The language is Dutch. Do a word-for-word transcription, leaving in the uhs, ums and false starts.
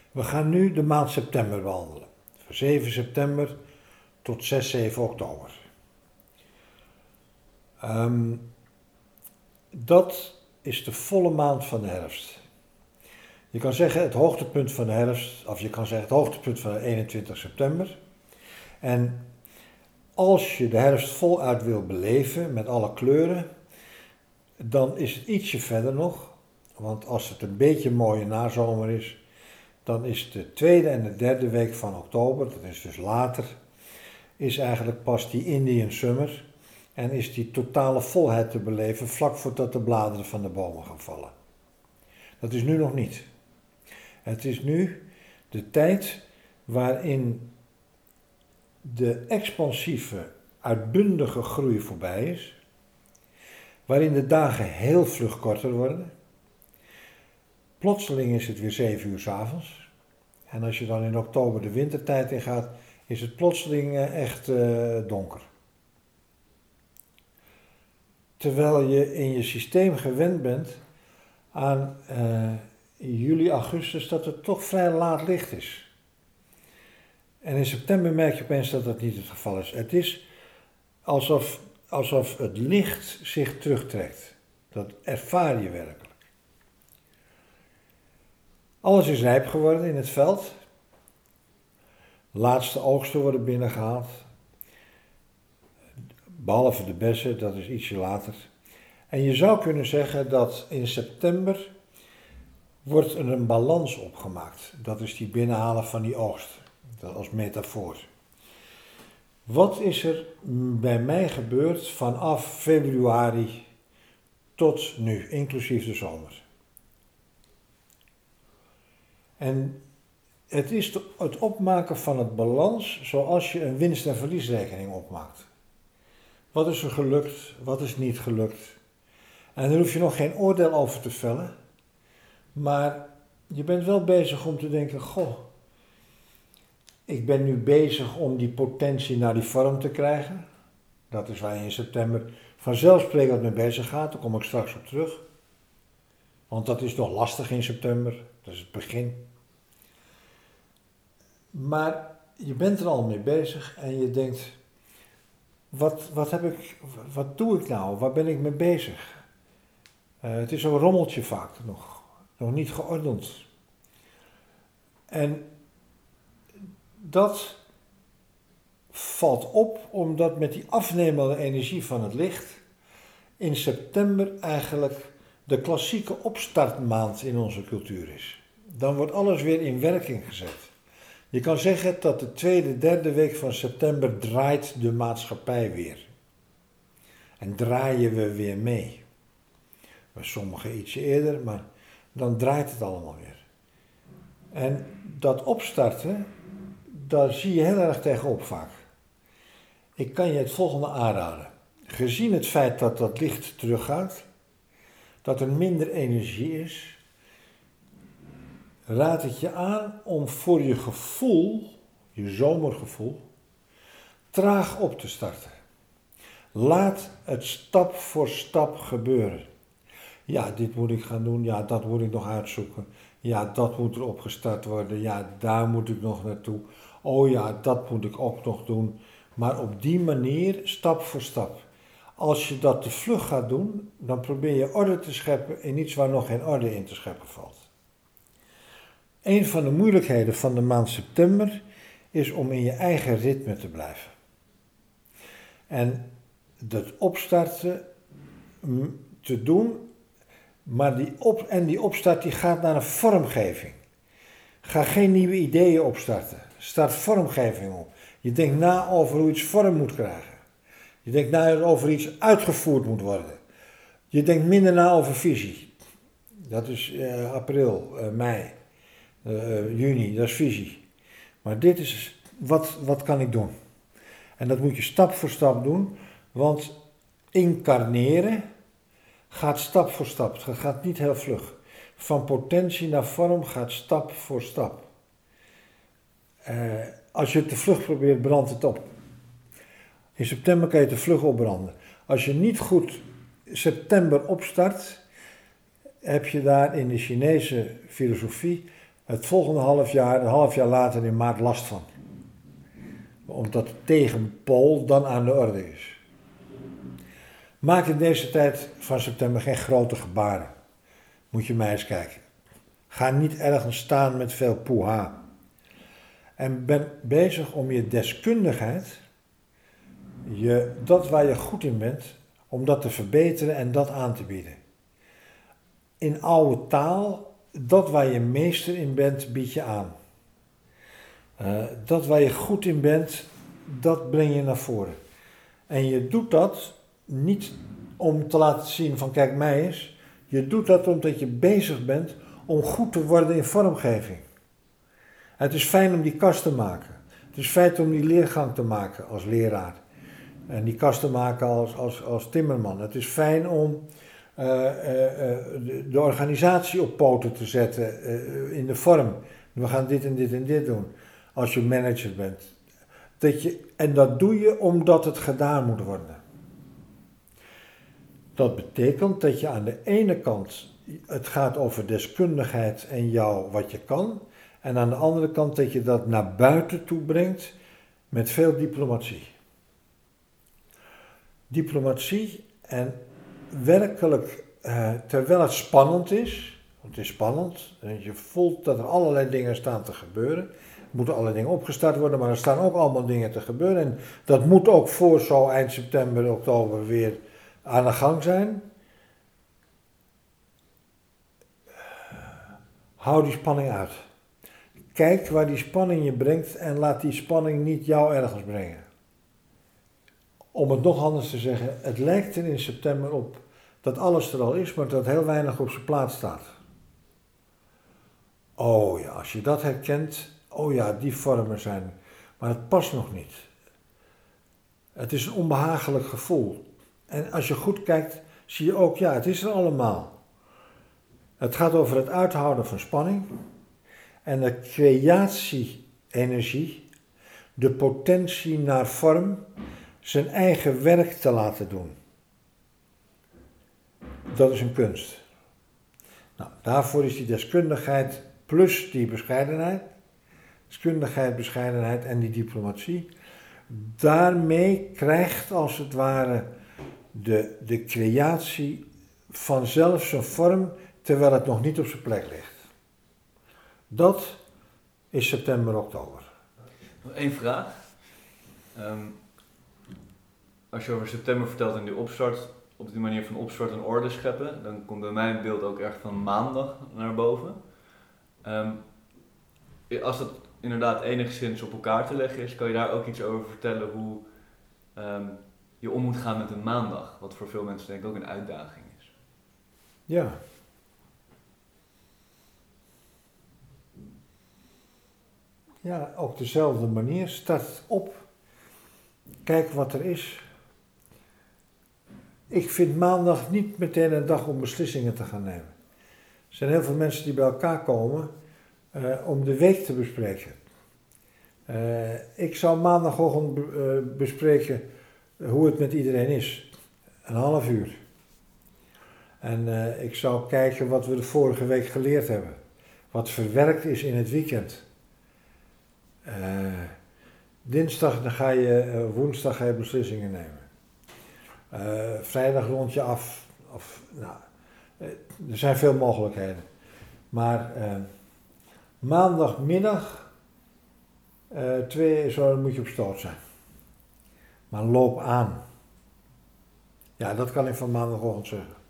We gaan nu de maand september behandelen. Van zeven september tot zes, zeven oktober. Um, dat is de volle maand van de herfst. Je kan zeggen het hoogtepunt van de herfst, of je kan zeggen het hoogtepunt van eenentwintig september. En als je de herfst voluit wil beleven met alle kleuren, dan is het ietsje verder nog. Want als het een beetje mooie nazomer is, dan is de tweede en de derde week van oktober, dat is dus later, is eigenlijk pas die Indian Summer en is die totale volheid te beleven vlak voordat de bladeren van de bomen gaan vallen. Dat is nu nog niet. Het is nu de tijd waarin de expansieve, uitbundige groei voorbij is, waarin de dagen heel vlug korter worden. Plotseling is het weer zeven uur 's avonds. En als je dan in oktober de wintertijd ingaat, is het plotseling echt uh, donker. Terwijl je in je systeem gewend bent aan uh, juli, augustus, dat het toch vrij laat licht is. En in september merk je opeens dat dat niet het geval is. Het is alsof, alsof het licht zich terugtrekt. Dat ervaar je werkelijk. Alles is rijp geworden in het veld. De laatste oogsten worden binnengehaald. Behalve de bessen, dat is ietsje later. En je zou kunnen zeggen dat in september wordt er een balans opgemaakt. Dat is die binnenhalen van die oogst. Dat als metafoor. Wat is er bij mij gebeurd vanaf februari tot nu, inclusief de zomer? En het is het opmaken van het balans zoals je een winst- en verliesrekening opmaakt. Wat is er gelukt, wat is niet gelukt? En daar hoef je nog geen oordeel over te vellen. Maar je bent wel bezig om te denken, goh, ik ben nu bezig om die potentie naar die vorm te krijgen. Dat is waar je in september vanzelfsprekend mee bezig gaat, daar kom ik straks op terug. Want dat is nog lastig in september, dat is het begin. Maar je bent er al mee bezig en je denkt, wat, wat, heb ik, wat doe ik nou, waar ben ik mee bezig? Uh, het is een rommeltje vaak nog, nog niet geordend. En dat valt op omdat met die afnemende energie van het licht in september eigenlijk de klassieke opstartmaand in onze cultuur is. Dan wordt alles weer in werking gezet. Je kan zeggen dat de tweede, derde week van september draait de maatschappij weer. En draaien we weer mee. Bij sommigen ietsje eerder, maar dan draait het allemaal weer. En dat opstarten, daar zie je heel erg tegenop vaak. Ik kan je het volgende aanraden. Gezien het feit dat dat licht teruggaat, dat er minder energie is, raad ik je aan om voor je gevoel, je zomergevoel, traag op te starten. Laat het stap voor stap gebeuren. Ja, dit moet ik gaan doen, ja, dat moet ik nog uitzoeken. Ja, dat moet er opgestart worden, ja, daar moet ik nog naartoe. Oh ja, dat moet ik ook nog doen. Maar op die manier, stap voor stap. Als je dat te vlug gaat doen, dan probeer je orde te scheppen in iets waar nog geen orde in te scheppen valt. Een van de moeilijkheden van de maand september is om in je eigen ritme te blijven. En dat opstarten te doen, maar die op, en die opstart die gaat naar een vormgeving. Ga geen nieuwe ideeën opstarten. Start vormgeving op. Je denkt na over hoe iets vorm moet krijgen. Je denkt na over iets uitgevoerd moet worden. Je denkt minder na over visie. Dat is uh, april, uh, mei, uh, juni, dat is visie. Maar dit is, wat, wat kan ik doen? En dat moet je stap voor stap doen, want incarneren gaat stap voor stap. Het gaat niet heel vlug. Van potentie naar vorm gaat stap voor stap. Uh, als je het te vlug probeert, brandt het op. In september kan je te vlug opbranden. Als je niet goed september opstart, heb je daar in de Chinese filosofie het volgende half jaar, een half jaar later in maart last van. Omdat de tegenpool dan aan de orde is. Maak in deze tijd van september geen grote gebaren. Moet je mij eens kijken. Ga niet ergens staan met veel poeha. En ben bezig om je deskundigheid, je, dat waar je goed in bent, om dat te verbeteren en dat aan te bieden. In oude taal, dat waar je meester in bent, bied je aan. Uh, dat waar je goed in bent, dat breng je naar voren. En je doet dat niet om te laten zien van kijk mij eens. Je doet dat omdat je bezig bent om goed te worden in vormgeving. Het is fijn om die kast te maken. Het is fijn om die leergang te maken als leraar. En die kast te maken als, als, als timmerman. Het is fijn om uh, uh, uh, de, de organisatie op poten te zetten uh, in de vorm. We gaan dit en dit en dit doen. Als je manager bent. Dat je, en dat doe je omdat het gedaan moet worden. Dat betekent dat je aan de ene kant, het gaat over deskundigheid en jou wat je kan. En aan de andere kant dat je dat naar buiten toe brengt met veel diplomatie. Diplomatie en werkelijk, eh, terwijl het spannend is, want het is spannend, en je voelt dat er allerlei dingen staan te gebeuren. Er moeten allerlei dingen opgestart worden, maar er staan ook allemaal dingen te gebeuren. En dat moet ook voor zo eind september, oktober weer aan de gang zijn. Hou die spanning uit. Kijk waar die spanning je brengt en laat die spanning niet jou ergens brengen. Om het nog anders te zeggen, het lijkt er in september op dat alles er al is, maar dat heel weinig op zijn plaats staat. Oh ja, als je dat herkent, oh ja, die vormen zijn, maar het past nog niet. Het is een onbehagelijk gevoel. En als je goed kijkt, zie je ook, ja, het is er allemaal. Het gaat over het uithouden van spanning en de creatie-energie, de potentie naar vorm, zijn eigen werk te laten doen. Dat is een kunst. Nou, daarvoor is die deskundigheid plus die bescheidenheid, deskundigheid, bescheidenheid en die diplomatie, daarmee krijgt als het ware de, de creatie vanzelf zijn vorm, terwijl het nog niet op zijn plek ligt. Dat is september, oktober. Nog één vraag. Um, als je over september vertelt en die opstart, op die manier van opstart en orde scheppen, dan komt bij mij een beeld ook echt van maandag naar boven. Um, als dat inderdaad enigszins op elkaar te leggen is, kan je daar ook iets over vertellen hoe um, je om moet gaan met een maandag, wat voor veel mensen denk ik ook een uitdaging is. Ja. Ja, op dezelfde manier. Start op. Kijk wat er is. Ik vind maandag niet meteen een dag om beslissingen te gaan nemen. Er zijn heel veel mensen die bij elkaar komen uh, om de week te bespreken. Uh, ik zou maandagochtend uh, bespreken hoe het met iedereen is. Een half uur. En uh, ik zou kijken wat we de vorige week geleerd hebben. Wat verwerkt is in het weekend. Uh, dinsdag dan ga je, uh, woensdag ga je beslissingen nemen. Uh, vrijdag rond je af. Of, nou, uh, er zijn veel mogelijkheden. Maar uh, maandagmiddag, uh, twee, zo moet je op stoot zijn. Maar loop aan. Ja, dat kan ik van maandagochtend zeggen.